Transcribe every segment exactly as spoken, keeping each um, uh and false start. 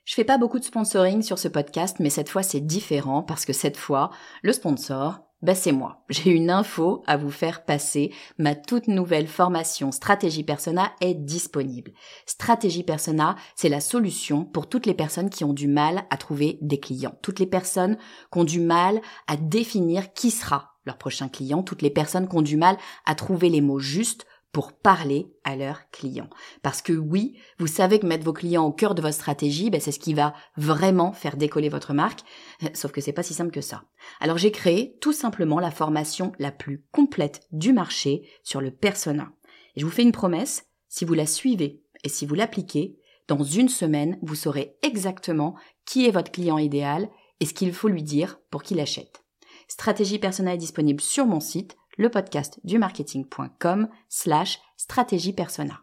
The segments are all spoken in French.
Je fais pas beaucoup de sponsoring sur ce podcast, mais cette fois c'est différent parce que cette fois, le sponsor, bah c'est moi. J'ai une info à vous faire passer. Ma toute nouvelle formation Stratégie Persona est disponible. Stratégie Persona, c'est la solution pour toutes les personnes qui ont du mal à trouver des clients. Toutes les personnes qui ont du mal à définir qui sera leur prochain client. Toutes les personnes qui ont du mal à trouver les mots justes pour parler à leurs clients. Parce que oui, vous savez que mettre vos clients au cœur de votre stratégie, ben c'est ce qui va vraiment faire décoller votre marque, sauf que c'est pas si simple que ça. Alors j'ai créé tout simplement la formation la plus complète du marché sur le persona. Et je vous fais une promesse, si vous la suivez et si vous l'appliquez, dans une semaine, vous saurez exactement qui est votre client idéal et ce qu'il faut lui dire pour qu'il achète. Stratégie Persona est disponible sur mon site, le podcast du marketing.com slash stratégie persona.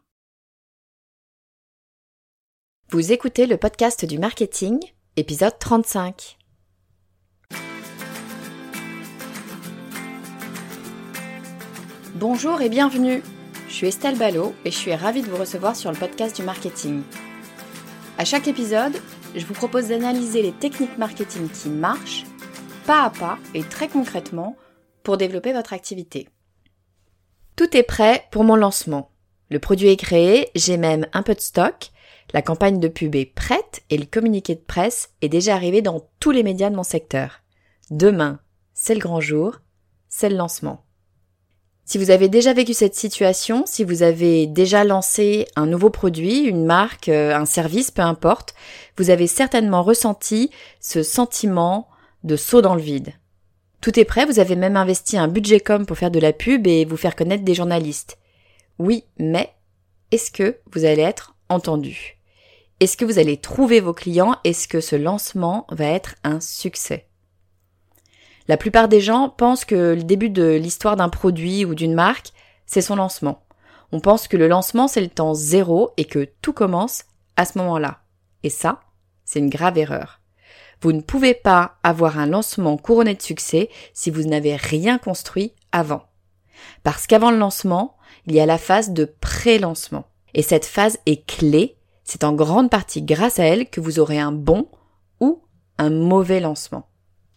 Vous écoutez le podcast du marketing, épisode trente-cinq. Bonjour et bienvenue. Je suis Estelle Ballot et je suis ravie de vous recevoir sur le podcast du marketing. À chaque épisode, je vous propose d'analyser les techniques marketing qui marchent, pas à pas et très concrètement, pour développer votre activité. Tout est prêt pour mon lancement. Le produit est créé, j'ai même un peu de stock, la campagne de pub est prête et le communiqué de presse est déjà arrivé dans tous les médias de mon secteur. Demain, c'est le grand jour, c'est le lancement. Si vous avez déjà vécu cette situation, si vous avez déjà lancé un nouveau produit, une marque, un service, peu importe, vous avez certainement ressenti ce sentiment de saut dans le vide. Tout est prêt, vous avez même investi un budget com pour faire de la pub et vous faire connaître des journalistes. Oui, mais est-ce que vous allez être entendu ? Est-ce que vous allez trouver vos clients ? Est-ce que ce lancement va être un succès ? La plupart des gens pensent que le début de l'histoire d'un produit ou d'une marque, c'est son lancement. On pense que le lancement, c'est le temps zéro et que tout commence à ce moment-là. Et ça, c'est une grave erreur. Vous ne pouvez pas avoir un lancement couronné de succès si vous n'avez rien construit avant. Parce qu'avant le lancement, il y a la phase de pré-lancement. Et cette phase est clé, c'est en grande partie grâce à elle que vous aurez un bon ou un mauvais lancement.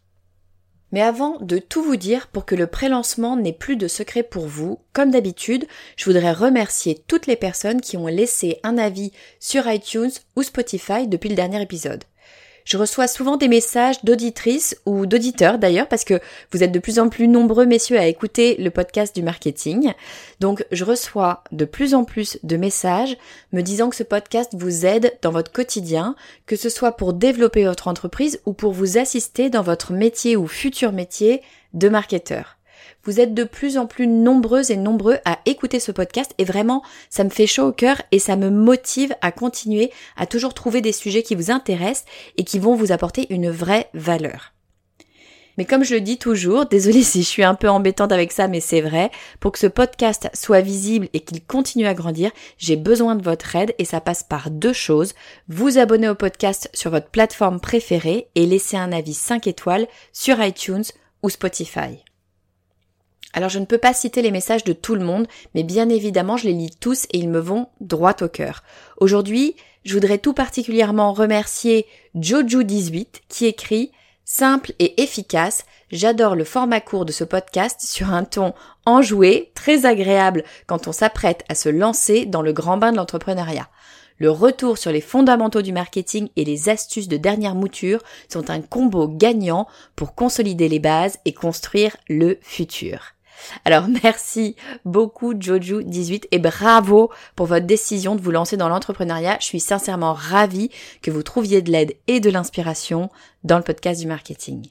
Mais avant de tout vous dire, pour que le pré-lancement n'ait plus de secret pour vous, comme d'habitude, je voudrais remercier toutes les personnes qui ont laissé un avis sur iTunes ou Spotify depuis le dernier épisode. Je reçois souvent des messages d'auditrices ou d'auditeurs d'ailleurs parce que vous êtes de plus en plus nombreux messieurs à écouter le podcast du marketing. Donc je reçois de plus en plus de messages me disant que ce podcast vous aide dans votre quotidien, que ce soit pour développer votre entreprise ou pour vous assister dans votre métier ou futur métier de marketeur. Vous êtes de plus en plus nombreuses et nombreux à écouter ce podcast et vraiment, ça me fait chaud au cœur et ça me motive à continuer à toujours trouver des sujets qui vous intéressent et qui vont vous apporter une vraie valeur. Mais comme je le dis toujours, désolée si je suis un peu embêtante avec ça, mais c'est vrai, pour que ce podcast soit visible et qu'il continue à grandir, j'ai besoin de votre aide et ça passe par deux choses. Vous abonner au podcast sur votre plateforme préférée et laisser un avis cinq étoiles sur iTunes ou Spotify. Alors je ne peux pas citer les messages de tout le monde, mais bien évidemment je les lis tous et ils me vont droit au cœur. Aujourd'hui, je voudrais tout particulièrement remercier Jojo dix-huit qui écrit « Simple et efficace, j'adore le format court de ce podcast sur un ton enjoué, très agréable quand on s'apprête à se lancer dans le grand bain de l'entrepreneuriat. Le retour sur les fondamentaux du marketing et les astuces de dernière mouture sont un combo gagnant pour consolider les bases et construire le futur. » Alors merci beaucoup Jojo dix-huit et bravo pour votre décision de vous lancer dans l'entrepreneuriat. Je suis sincèrement ravie que vous trouviez de l'aide et de l'inspiration dans le podcast du marketing.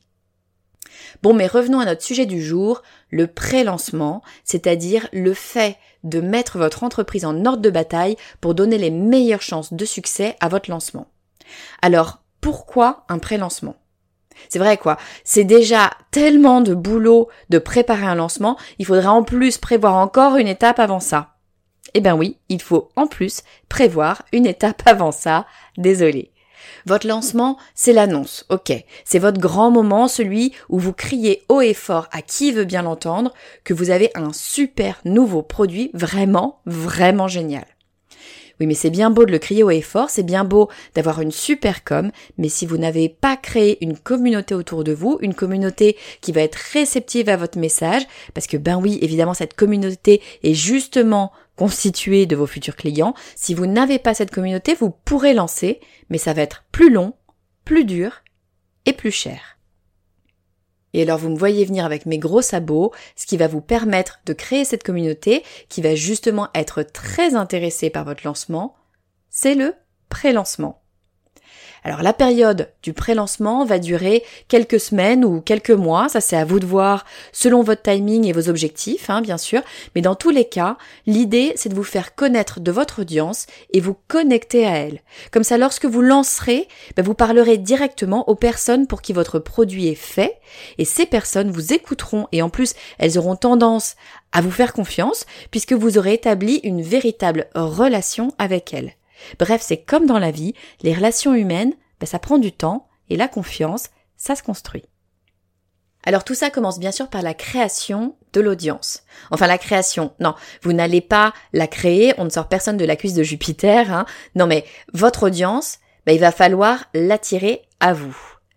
Bon, mais revenons à notre sujet du jour, le pré-lancement, c'est-à-dire le fait de mettre votre entreprise en ordre de bataille pour donner les meilleures chances de succès à votre lancement. Alors, pourquoi un pré-lancement ? C'est vrai quoi, c'est déjà tellement de boulot de préparer un lancement, il faudrait en plus prévoir encore une étape avant ça. Eh ben oui, il faut en plus prévoir une étape avant ça, désolé. Votre lancement, c'est l'annonce, ok. C'est votre grand moment, celui où vous criez haut et fort à qui veut bien l'entendre que vous avez un super nouveau produit vraiment, vraiment génial. Oui, mais c'est bien beau de le crier haut et fort, c'est bien beau d'avoir une super com, mais si vous n'avez pas créé une communauté autour de vous, une communauté qui va être réceptive à votre message, parce que ben oui, évidemment, cette communauté est justement constituée de vos futurs clients. Si vous n'avez pas cette communauté, vous pourrez lancer, mais ça va être plus long, plus dur et plus cher. Et alors vous me voyez venir avec mes gros sabots, ce qui va vous permettre de créer cette communauté qui va justement être très intéressée par votre lancement, c'est le pré-lancement. Alors la période du pré-lancement va durer quelques semaines ou quelques mois, ça c'est à vous de voir selon votre timing et vos objectifs, hein, bien sûr, mais dans tous les cas, l'idée c'est de vous faire connaître de votre audience et vous connecter à elle. Comme ça, lorsque vous lancerez, ben, vous parlerez directement aux personnes pour qui votre produit est fait et ces personnes vous écouteront et en plus elles auront tendance à vous faire confiance puisque vous aurez établi une véritable relation avec elles. Bref, c'est comme dans la vie, les relations humaines, ben ça prend du temps et la confiance, ça se construit. Alors tout ça commence bien sûr par la création de l'audience. Enfin la création, non, vous n'allez pas la créer, on ne sort personne de la cuisse de Jupiter, hein. Non mais votre audience, ben, il va falloir l'attirer à vous.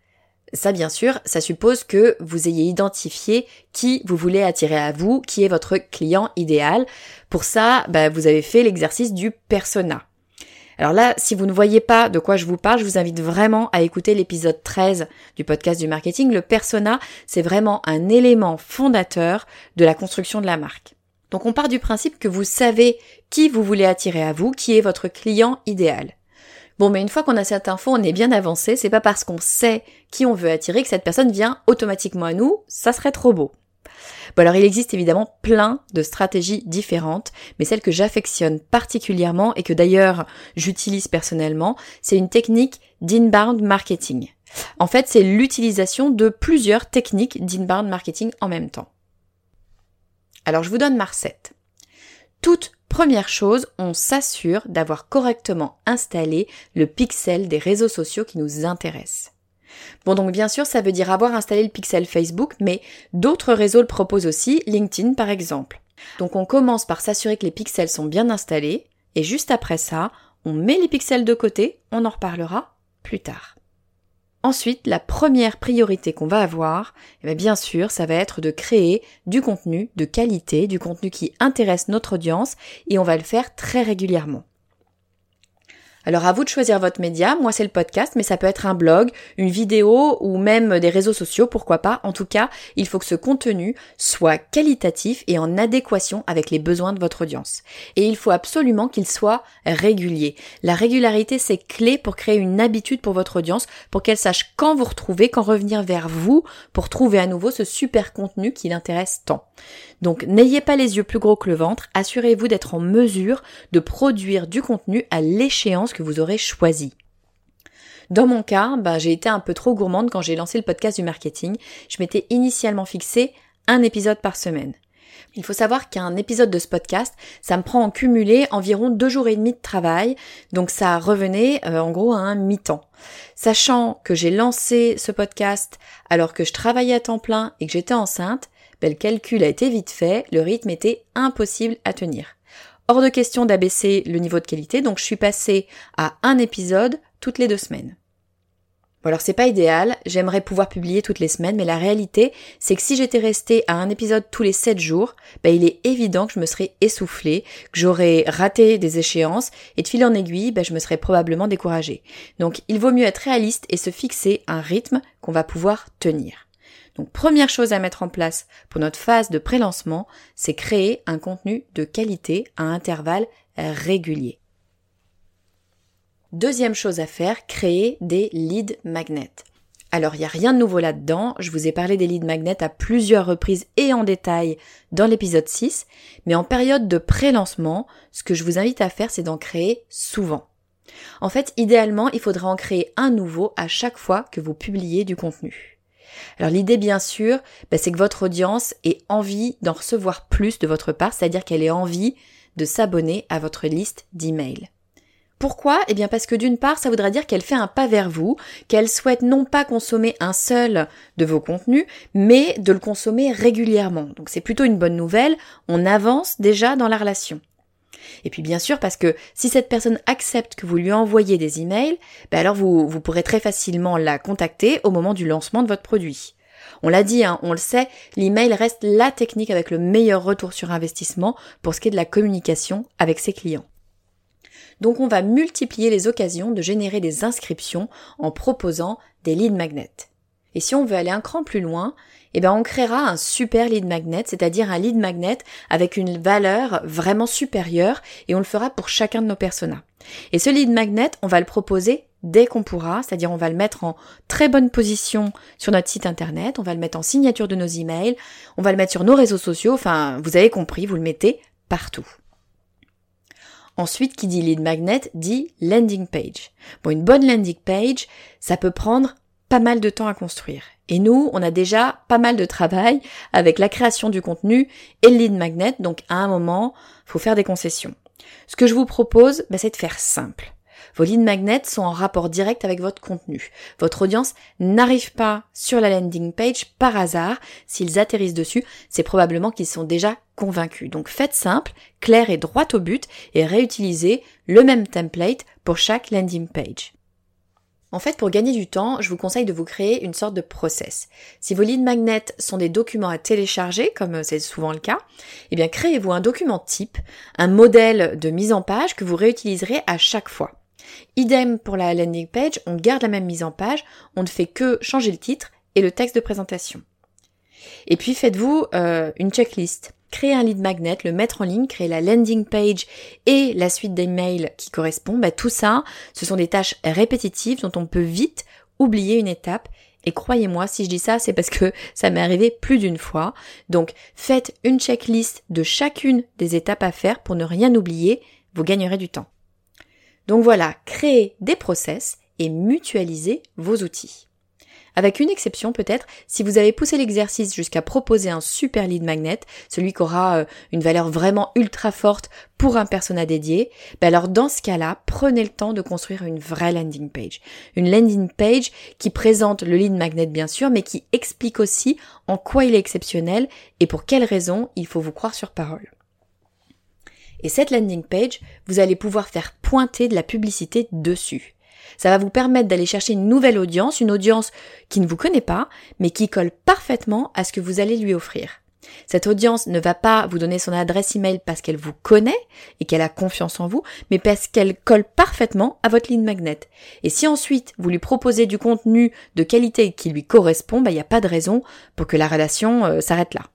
Ça bien sûr, ça suppose que vous ayez identifié qui vous voulez attirer à vous, qui est votre client idéal. Pour ça, ben, vous avez fait l'exercice du persona. Alors là, si vous ne voyez pas de quoi je vous parle, je vous invite vraiment à écouter l'épisode treize du podcast du marketing. Le persona, c'est vraiment un élément fondateur de la construction de la marque. Donc on part du principe que vous savez qui vous voulez attirer à vous, qui est votre client idéal. Bon, mais une fois qu'on a cette info, on est bien avancé. C'est pas parce qu'on sait qui on veut attirer que cette personne vient automatiquement à nous. Ça serait trop beau. Bon alors il existe évidemment plein de stratégies différentes, mais celle que j'affectionne particulièrement et que d'ailleurs j'utilise personnellement, c'est une technique d'inbound marketing. En fait, c'est l'utilisation de plusieurs techniques d'inbound marketing en même temps. Alors je vous donne ma recette. Toute première chose, on s'assure d'avoir correctement installé le pixel des réseaux sociaux qui nous intéressent. Bon donc bien sûr ça veut dire avoir installé le pixel Facebook, mais d'autres réseaux le proposent aussi, LinkedIn par exemple. Donc on commence par s'assurer que les pixels sont bien installés, et juste après ça, on met les pixels de côté, on en reparlera plus tard. Ensuite, la première priorité qu'on va avoir, eh bien, bien sûr, ça va être de créer du contenu de qualité, du contenu qui intéresse notre audience, et on va le faire très régulièrement. Alors à vous de choisir votre média, moi c'est le podcast, mais ça peut être un blog, une vidéo ou même des réseaux sociaux, pourquoi pas. En tout cas, il faut que ce contenu soit qualitatif et en adéquation avec les besoins de votre audience. Et il faut absolument qu'il soit régulier. La régularité, c'est clé pour créer une habitude pour votre audience, pour qu'elle sache quand vous retrouver, quand revenir vers vous, pour trouver à nouveau ce super contenu qui l'intéresse tant. Donc n'ayez pas les yeux plus gros que le ventre, assurez-vous d'être en mesure de produire du contenu à l'échéance que vous aurez choisi. Dans mon cas, bah, j'ai été un peu trop gourmande quand j'ai lancé le podcast du marketing. Je m'étais initialement fixé un épisode par semaine. Il faut savoir qu'un épisode de ce podcast, ça me prend en cumulé environ deux jours et demi de travail, donc ça revenait euh, en gros à un mi-temps. Sachant que j'ai lancé ce podcast alors que je travaillais à temps plein et que j'étais enceinte, ben, le calcul a été vite fait, le rythme était impossible à tenir. Hors de question d'abaisser le niveau de qualité, donc je suis passée à un épisode toutes les deux semaines. Bon alors c'est pas idéal, j'aimerais pouvoir publier toutes les semaines, mais la réalité c'est que si j'étais restée à un épisode tous les sept jours, ben il est évident que je me serais essoufflée, que j'aurais raté des échéances, et de fil en aiguille, ben je me serais probablement découragée. Donc il vaut mieux être réaliste et se fixer un rythme qu'on va pouvoir tenir. Donc première chose à mettre en place pour notre phase de pré-lancement, c'est créer un contenu de qualité à intervalles réguliers. Deuxième chose à faire, créer des lead magnets. Alors il n'y a rien de nouveau là-dedans, je vous ai parlé des lead magnets à plusieurs reprises et en détail dans l'épisode six, mais en période de pré-lancement, ce que je vous invite à faire, c'est d'en créer souvent. En fait, idéalement, il faudra en créer un nouveau à chaque fois que vous publiez du contenu. Alors l'idée bien sûr, bah, c'est que votre audience ait envie d'en recevoir plus de votre part, c'est-à-dire qu'elle ait envie de s'abonner à votre liste d'emails. Pourquoi ? Eh bien parce que d'une part, ça voudra dire qu'elle fait un pas vers vous, qu'elle souhaite non pas consommer un seul de vos contenus, mais de le consommer régulièrement. Donc c'est plutôt une bonne nouvelle, on avance déjà dans la relation. Et puis bien sûr parce que si cette personne accepte que vous lui envoyez des emails, ben alors vous, vous pourrez très facilement la contacter au moment du lancement de votre produit. On l'a dit, hein, on le sait, l'email reste la technique avec le meilleur retour sur investissement pour ce qui est de la communication avec ses clients. Donc on va multiplier les occasions de générer des inscriptions en proposant des lead magnets. Et si on veut aller un cran plus loin, eh ben on créera un super lead magnet, c'est-à-dire un lead magnet avec une valeur vraiment supérieure et on le fera pour chacun de nos personas. Et ce lead magnet, on va le proposer dès qu'on pourra, c'est-à-dire on va le mettre en très bonne position sur notre site internet, on va le mettre en signature de nos emails, on va le mettre sur nos réseaux sociaux, enfin vous avez compris, vous le mettez partout. Ensuite, qui dit lead magnet dit landing page. Bon, une bonne landing page, ça peut prendre pas mal de temps à construire. Et nous, on a déjà pas mal de travail avec la création du contenu et le lead magnet, donc à un moment, il faut faire des concessions. Ce que je vous propose, bah, c'est de faire simple. Vos lead magnets sont en rapport direct avec votre contenu. Votre audience n'arrive pas sur la landing page par hasard. S'ils atterrissent dessus, c'est probablement qu'ils sont déjà convaincus. Donc faites simple, clair et droit au but et réutilisez le même template pour chaque landing page. En fait, pour gagner du temps, je vous conseille de vous créer une sorte de process. Si vos lead magnets sont des documents à télécharger, comme c'est souvent le cas, eh bien créez-vous un document type, un modèle de mise en page que vous réutiliserez à chaque fois. Idem pour la landing page, on garde la même mise en page, on ne fait que changer le titre et le texte de présentation. Et puis faites-vous euh, une checklist. Créer un lead magnet, le mettre en ligne, créer la landing page et la suite d'emails qui correspond, bah, tout ça, ce sont des tâches répétitives dont on peut vite oublier une étape. Et croyez-moi, si je dis ça, c'est parce que ça m'est arrivé plus d'une fois. Donc faites une checklist de chacune des étapes à faire pour ne rien oublier, vous gagnerez du temps. Donc voilà, créez des process et mutualisez vos outils. Avec une exception peut-être, si vous avez poussé l'exercice jusqu'à proposer un super lead magnet, celui qui aura une valeur vraiment ultra forte pour un persona dédié, ben alors dans ce cas-là, prenez le temps de construire une vraie landing page. Une landing page qui présente le lead magnet bien sûr, mais qui explique aussi en quoi il est exceptionnel et pour quelles raisons il faut vous croire sur parole. Et cette landing page, vous allez pouvoir faire pointer de la publicité dessus. Ça va vous permettre d'aller chercher une nouvelle audience, une audience qui ne vous connaît pas, mais qui colle parfaitement à ce que vous allez lui offrir. Cette audience ne va pas vous donner son adresse email parce qu'elle vous connaît et qu'elle a confiance en vous, mais parce qu'elle colle parfaitement à votre lead magnet. Et si ensuite vous lui proposez du contenu de qualité qui lui correspond, bah, il n'y a pas de raison pour que la relation euh, s'arrête là.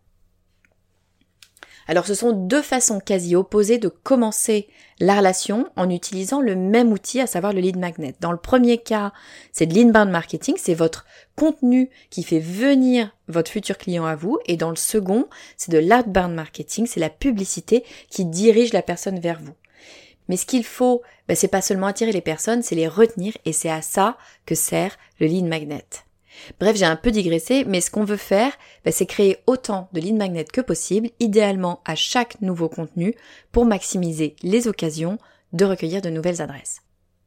Alors ce sont deux façons quasi opposées de commencer la relation en utilisant le même outil, à savoir le lead magnet. Dans le premier cas, c'est de l'inbound marketing, c'est votre contenu qui fait venir votre futur client à vous. Et dans le second, c'est de l'outbound marketing, c'est la publicité qui dirige la personne vers vous. Mais ce qu'il faut, ben, c'est pas seulement attirer les personnes, c'est les retenir et c'est à ça que sert le lead magnet. Bref, j'ai un peu digressé, mais ce qu'on veut faire, bah, c'est créer autant de lead magnets que possible, idéalement à chaque nouveau contenu, pour maximiser les occasions de recueillir de nouvelles adresses.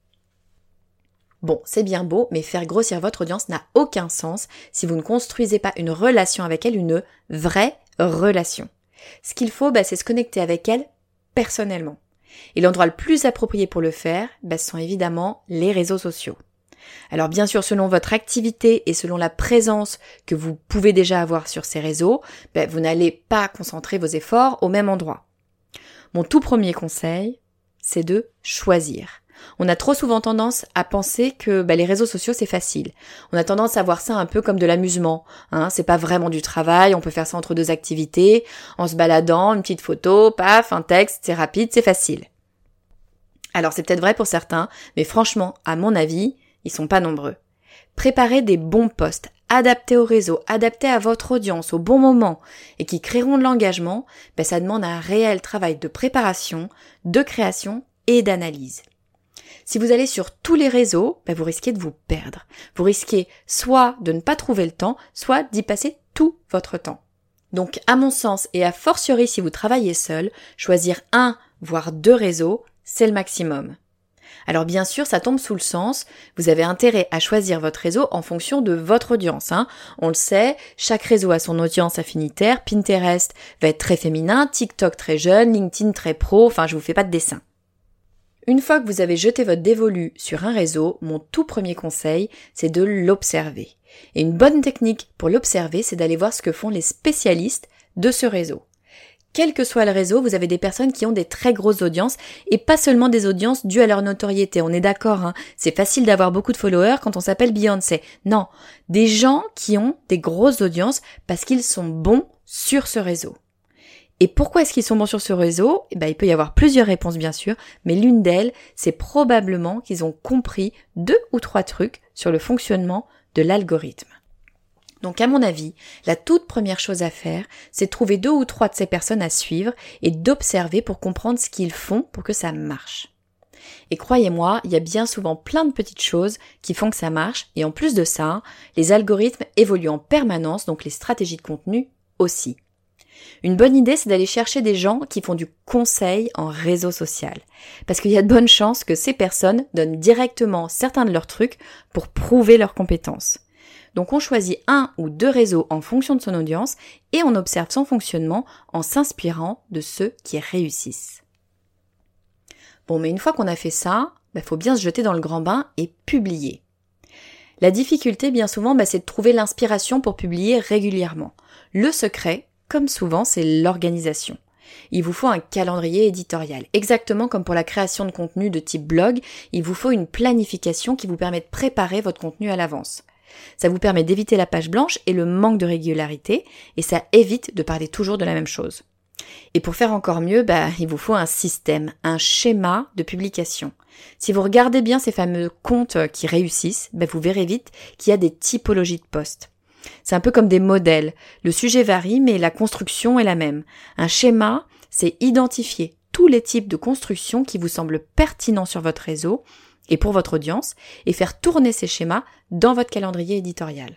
Bon, c'est bien beau, mais faire grossir votre audience n'a aucun sens si vous ne construisez pas une relation avec elle, une vraie relation. Ce qu'il faut, bah, c'est se connecter avec elle personnellement. Et l'endroit le plus approprié pour le faire, bah, ce sont évidemment les réseaux sociaux. Alors bien sûr, selon votre activité et selon la présence que vous pouvez déjà avoir sur ces réseaux, ben, vous n'allez pas concentrer vos efforts au même endroit. Mon tout premier conseil, c'est de choisir. On a trop souvent tendance à penser que ben, les réseaux sociaux c'est facile. On a tendance à voir ça un peu comme de l'amusement. Hein, c'est pas vraiment du travail, on peut faire ça entre deux activités, en se baladant, une petite photo, paf, un texte, c'est rapide, c'est facile. Alors c'est peut-être vrai pour certains, mais franchement, à mon avis, ils sont pas nombreux. Préparez des bons posts, adaptés au réseau, adaptés à votre audience au bon moment et qui créeront de l'engagement, ben ça demande un réel travail de préparation, de création et d'analyse. Si vous allez sur tous les réseaux, ben vous risquez de vous perdre. Vous risquez soit de ne pas trouver le temps, soit d'y passer tout votre temps. Donc, à mon sens, et a fortiori si vous travaillez seul, choisir un, voire deux réseaux, c'est le maximum. Alors bien sûr, ça tombe sous le sens, vous avez intérêt à choisir votre réseau en fonction de votre audience. Hein. On le sait, chaque réseau a son audience affinitaire, Pinterest va être très féminin, TikTok très jeune, LinkedIn très pro, enfin je vous fais pas de dessin. Une fois que vous avez jeté votre dévolu sur un réseau, mon tout premier conseil, c'est de l'observer. Et une bonne technique pour l'observer, c'est d'aller voir ce que font les spécialistes de ce réseau. Quel que soit le réseau, vous avez des personnes qui ont des très grosses audiences et pas seulement des audiences dues à leur notoriété. On est d'accord, hein, c'est facile d'avoir beaucoup de followers quand on s'appelle Beyoncé. Non, des gens qui ont des grosses audiences parce qu'ils sont bons sur ce réseau. Et pourquoi est-ce qu'ils sont bons sur ce réseau ? Eh ben, il peut y avoir plusieurs réponses bien sûr, mais l'une d'elles, c'est probablement qu'ils ont compris deux ou trois trucs sur le fonctionnement de l'algorithme. Donc à mon avis, la toute première chose à faire, c'est de trouver deux ou trois de ces personnes à suivre et d'observer pour comprendre ce qu'ils font pour que ça marche. Et croyez-moi, il y a bien souvent plein de petites choses qui font que ça marche et en plus de ça, les algorithmes évoluent en permanence, donc les stratégies de contenu aussi. Une bonne idée, c'est d'aller chercher des gens qui font du conseil en réseau social. Parce qu'il y a de bonnes chances que ces personnes donnent directement certains de leurs trucs pour prouver leurs compétences. Donc on choisit un ou deux réseaux en fonction de son audience et on observe son fonctionnement en s'inspirant de ceux qui réussissent. Bon, mais une fois qu'on a fait ça, bah, faut bien se jeter dans le grand bain et publier. La difficulté, bien souvent, bah, c'est de trouver l'inspiration pour publier régulièrement. Le secret, comme souvent, c'est l'organisation. Il vous faut un calendrier éditorial. Exactement comme pour la création de contenu de type blog, il vous faut une planification qui vous permet de préparer votre contenu à l'avance. Ça vous permet d'éviter la page blanche et le manque de régularité, et ça évite de parler toujours de la même chose. Et pour faire encore mieux, bah, il vous faut un système, un schéma de publication. Si vous regardez bien ces fameux comptes qui réussissent, bah, vous verrez vite qu'il y a des typologies de posts. C'est un peu comme des modèles. Le sujet varie, mais la construction est la même. Un schéma, c'est identifier tous les types de constructions qui vous semblent pertinents sur votre réseau et pour votre audience, et faire tourner ces schémas dans votre calendrier éditorial.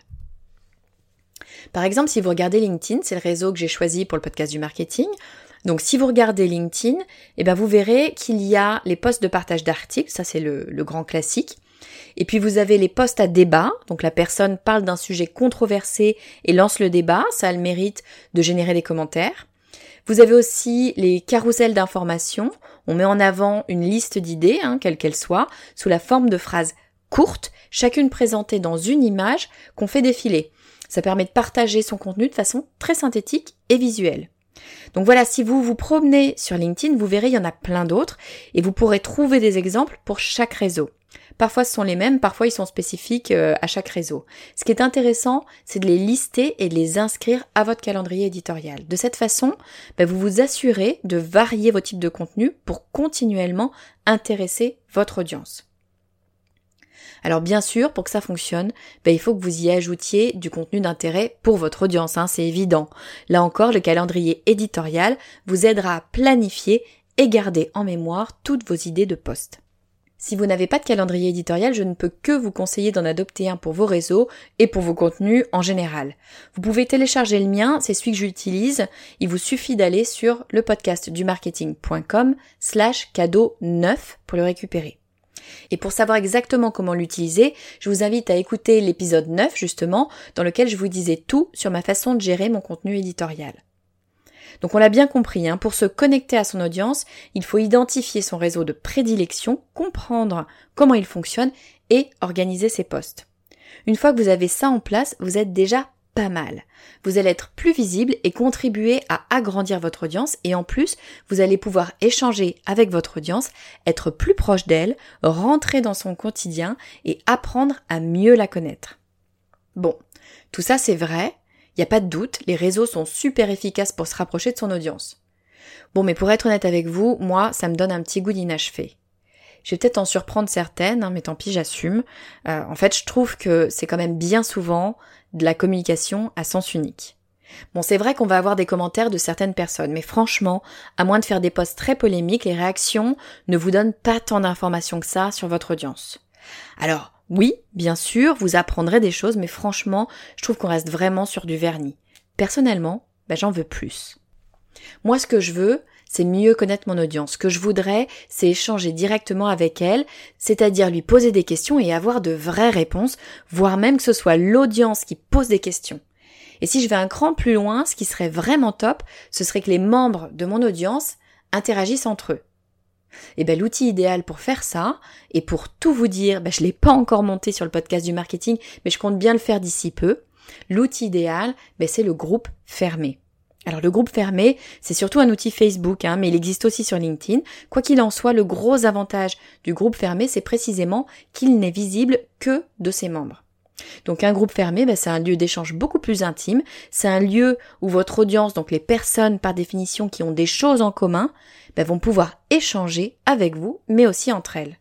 Par exemple, si vous regardez LinkedIn, c'est le réseau que j'ai choisi pour le podcast du marketing. Donc si vous regardez LinkedIn, eh ben vous verrez qu'il y a les posts de partage d'articles, ça c'est le, le grand classique. Et puis vous avez les posts à débat, donc la personne parle d'un sujet controversé et lance le débat, ça a le mérite de générer des commentaires. Vous avez aussi les carousels d'informations. On met en avant une liste d'idées, hein, quelle qu'elle soit, sous la forme de phrases courtes, chacune présentée dans une image qu'on fait défiler. Ça permet de partager son contenu de façon très synthétique et visuelle. Donc voilà, si vous vous promenez sur LinkedIn, vous verrez, il y en a plein d'autres et vous pourrez trouver des exemples pour chaque réseau. Parfois ce sont les mêmes, parfois ils sont spécifiques à chaque réseau. Ce qui est intéressant, c'est de les lister et de les inscrire à votre calendrier éditorial. De cette façon, bah, vous vous assurez de varier vos types de contenus pour continuellement intéresser votre audience. Alors bien sûr, pour que ça fonctionne, bah, il faut que vous y ajoutiez du contenu d'intérêt pour votre audience, hein, c'est évident. Là encore, le calendrier éditorial vous aidera à planifier et garder en mémoire toutes vos idées de posts. Si vous n'avez pas de calendrier éditorial, je ne peux que vous conseiller d'en adopter un pour vos réseaux et pour vos contenus en général. Vous pouvez télécharger le mien, c'est celui que j'utilise. Il vous suffit d'aller sur le podcast du marketing point com slash cadeau neuf pour le récupérer. Et pour savoir exactement comment l'utiliser, je vous invite à écouter l'épisode neuf justement, dans lequel je vous disais tout sur ma façon de gérer mon contenu éditorial. Donc on l'a bien compris, hein, pour se connecter à son audience, il faut identifier son réseau de prédilection, comprendre comment il fonctionne et organiser ses posts. Une fois que vous avez ça en place, vous êtes déjà pas mal. Vous allez être plus visible et contribuer à agrandir votre audience et en plus, vous allez pouvoir échanger avec votre audience, être plus proche d'elle, rentrer dans son quotidien et apprendre à mieux la connaître. Bon, tout ça c'est vrai. Il n'y a pas de doute, les réseaux sont super efficaces pour se rapprocher de son audience. Bon, mais pour être honnête avec vous, moi, ça me donne un petit goût d'inachevé. Je vais peut-être en surprendre certaines, hein, mais tant pis, j'assume. Euh, en fait, je trouve que c'est quand même bien souvent de la communication à sens unique. Bon, c'est vrai qu'on va avoir des commentaires de certaines personnes, mais franchement, à moins de faire des posts très polémiques, les réactions ne vous donnent pas tant d'informations que ça sur votre audience. Alors, oui, bien sûr, vous apprendrez des choses, mais franchement, je trouve qu'on reste vraiment sur du vernis. Personnellement, ben, j'en veux plus. Moi, ce que je veux, c'est mieux connaître mon audience. Ce que je voudrais, c'est échanger directement avec elle, c'est-à-dire lui poser des questions et avoir de vraies réponses, voire même que ce soit l'audience qui pose des questions. Et si je vais un cran plus loin, ce qui serait vraiment top, ce serait que les membres de mon audience interagissent entre eux. Et ben l'outil idéal pour faire ça, et pour tout vous dire, ben je l'ai pas encore monté sur le podcast du marketing, mais je compte bien le faire d'ici peu. L'outil idéal, ben c'est le groupe fermé. Alors le groupe fermé, c'est surtout un outil Facebook, hein, mais il existe aussi sur LinkedIn. Quoi qu'il en soit, le gros avantage du groupe fermé, c'est précisément qu'il n'est visible que de ses membres. Donc un groupe fermé, ben, c'est un lieu d'échange beaucoup plus intime, c'est un lieu où votre audience, donc les personnes par définition qui ont des choses en commun, ben, vont pouvoir échanger avec vous, mais aussi entre elles.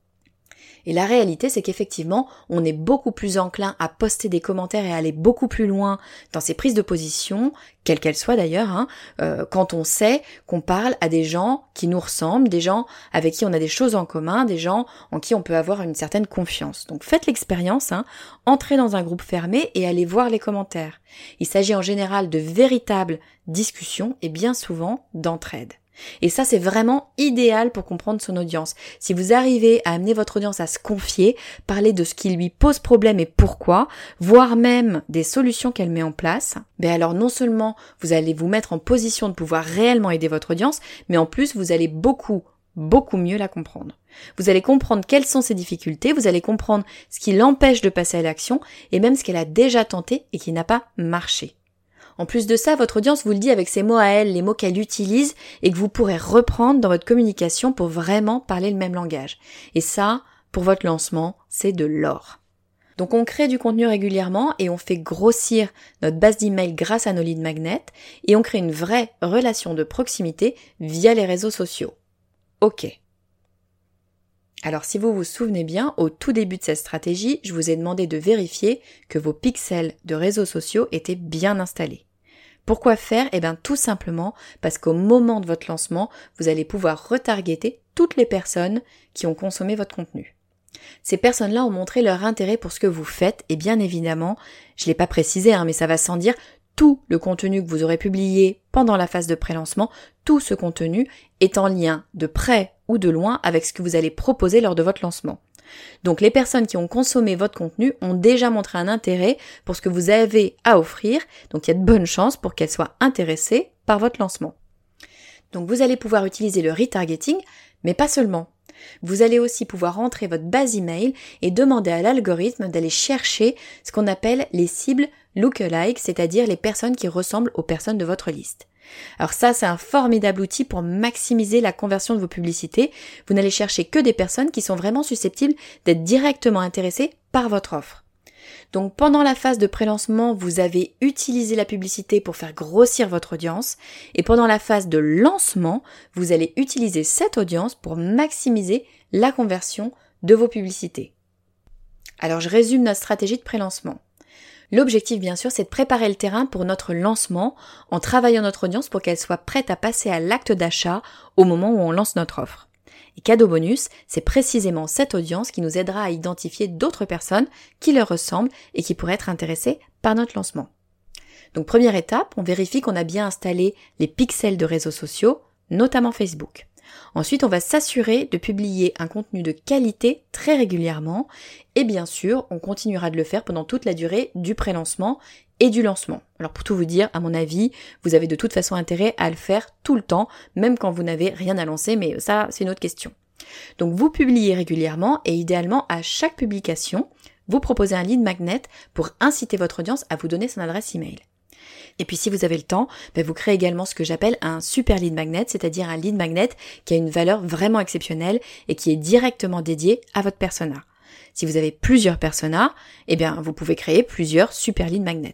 Et la réalité, c'est qu'effectivement, on est beaucoup plus enclin à poster des commentaires et à aller beaucoup plus loin dans ses prises de position, quelles qu'elles soient d'ailleurs, hein, euh, quand on sait qu'on parle à des gens qui nous ressemblent, des gens avec qui on a des choses en commun, des gens en qui on peut avoir une certaine confiance. Donc faites l'expérience, hein, entrez dans un groupe fermé et allez voir les commentaires. Il s'agit en général de véritables discussions et bien souvent d'entraide. Et ça, c'est vraiment idéal pour comprendre son audience. Si vous arrivez à amener votre audience à se confier, parler de ce qui lui pose problème et pourquoi, voire même des solutions qu'elle met en place, ben alors non seulement vous allez vous mettre en position de pouvoir réellement aider votre audience, mais en plus vous allez beaucoup, beaucoup mieux la comprendre. Vous allez comprendre quelles sont ses difficultés, vous allez comprendre ce qui l'empêche de passer à l'action et même ce qu'elle a déjà tenté et qui n'a pas marché. En plus de ça, votre audience vous le dit avec ses mots à elle, les mots qu'elle utilise et que vous pourrez reprendre dans votre communication pour vraiment parler le même langage. Et ça, pour votre lancement, c'est de l'or. Donc on crée du contenu régulièrement et on fait grossir notre base d'email grâce à nos lead magnets et on crée une vraie relation de proximité via les réseaux sociaux. Ok. Alors si vous vous souvenez bien, au tout début de cette stratégie, je vous ai demandé de vérifier que vos pixels de réseaux sociaux étaient bien installés. Pourquoi faire ? Eh bien tout simplement parce qu'au moment de votre lancement, vous allez pouvoir retargeter toutes les personnes qui ont consommé votre contenu. Ces personnes-là ont montré leur intérêt pour ce que vous faites et bien évidemment, je ne l'ai pas précisé, hein, mais ça va sans dire, tout le contenu que vous aurez publié pendant la phase de pré-lancement, tout ce contenu est en lien de près ou de loin avec ce que vous allez proposer lors de votre lancement. Donc les personnes qui ont consommé votre contenu ont déjà montré un intérêt pour ce que vous avez à offrir, donc il y a de bonnes chances pour qu'elles soient intéressées par votre lancement. Donc vous allez pouvoir utiliser le retargeting, mais pas seulement. Vous allez aussi pouvoir rentrer votre base email et demander à l'algorithme d'aller chercher ce qu'on appelle les cibles lookalike, c'est-à-dire les personnes qui ressemblent aux personnes de votre liste. Alors ça, c'est un formidable outil pour maximiser la conversion de vos publicités. Vous n'allez chercher que des personnes qui sont vraiment susceptibles d'être directement intéressées par votre offre. Donc pendant la phase de pré-lancement, vous avez utilisé la publicité pour faire grossir votre audience et pendant la phase de lancement, vous allez utiliser cette audience pour maximiser la conversion de vos publicités. Alors je résume notre stratégie de pré-lancement. L'objectif, bien sûr, c'est de préparer le terrain pour notre lancement en travaillant notre audience pour qu'elle soit prête à passer à l'acte d'achat au moment où on lance notre offre. Et cadeau bonus, c'est précisément cette audience qui nous aidera à identifier d'autres personnes qui leur ressemblent et qui pourraient être intéressées par notre lancement. Donc première étape, on vérifie qu'on a bien installé les pixels de réseaux sociaux, notamment Facebook. Ensuite, on va s'assurer de publier un contenu de qualité très régulièrement et bien sûr, on continuera de le faire pendant toute la durée du pré-lancement et du lancement. Alors pour tout vous dire, à mon avis, vous avez de toute façon intérêt à le faire tout le temps, même quand vous n'avez rien à lancer, mais ça, c'est une autre question. Donc vous publiez régulièrement et idéalement à chaque publication, vous proposez un lead magnet pour inciter votre audience à vous donner son adresse email. Et puis si vous avez le temps, ben vous créez également ce que j'appelle un super lead magnet, c'est-à-dire un lead magnet qui a une valeur vraiment exceptionnelle et qui est directement dédié à votre persona. Si vous avez plusieurs personas, eh bien vous pouvez créer plusieurs super lead magnets.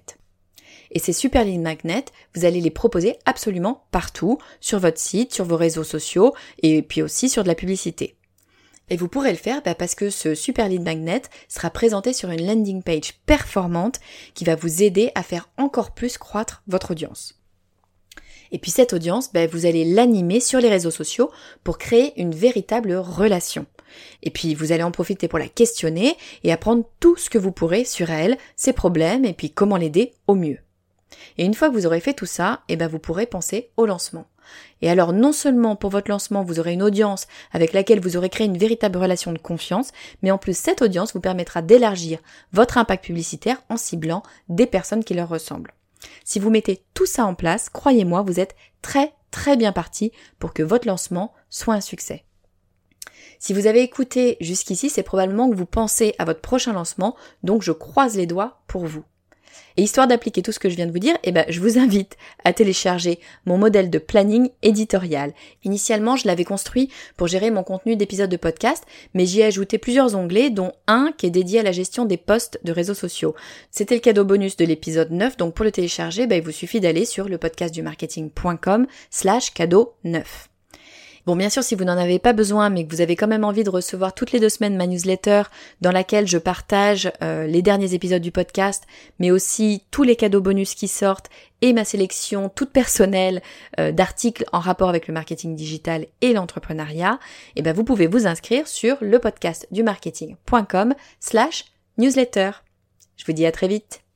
Et ces super lead magnets, vous allez les proposer absolument partout, sur votre site, sur vos réseaux sociaux et puis aussi sur de la publicité. Et vous pourrez le faire bah parce que ce super lead magnet sera présenté sur une landing page performante qui va vous aider à faire encore plus croître votre audience. Et puis cette audience, bah vous allez l'animer sur les réseaux sociaux pour créer une véritable relation. Et puis vous allez en profiter pour la questionner et apprendre tout ce que vous pourrez sur elle, ses problèmes et puis comment l'aider au mieux. Et une fois que vous aurez fait tout ça, eh ben vous pourrez penser au lancement. Et alors non seulement pour votre lancement, vous aurez une audience avec laquelle vous aurez créé une véritable relation de confiance, mais en plus cette audience vous permettra d'élargir votre impact publicitaire en ciblant des personnes qui leur ressemblent. Si vous mettez tout ça en place, croyez-moi, vous êtes très très bien parti pour que votre lancement soit un succès. Si vous avez écouté jusqu'ici, c'est probablement que vous pensez à votre prochain lancement, donc je croise les doigts pour vous. Et histoire d'appliquer tout ce que je viens de vous dire, eh ben, je vous invite à télécharger mon modèle de planning éditorial. Initialement, je l'avais construit pour gérer mon contenu d'épisodes de podcast, mais j'y ai ajouté plusieurs onglets, dont un qui est dédié à la gestion des posts de réseaux sociaux. C'était le cadeau bonus de l'épisode neuf, donc pour le télécharger, ben, il vous suffit d'aller sur le podcast du marketing point com slash cadeau neuf. Bon, bien sûr, si vous n'en avez pas besoin, mais que vous avez quand même envie de recevoir toutes les deux semaines ma newsletter dans laquelle je partage euh, les derniers épisodes du podcast, mais aussi tous les cadeaux bonus qui sortent et ma sélection toute personnelle euh, d'articles en rapport avec le marketing digital et l'entrepreneuriat, eh ben vous pouvez vous inscrire sur le podcast du marketing point com slash newsletter. Je vous dis à très vite.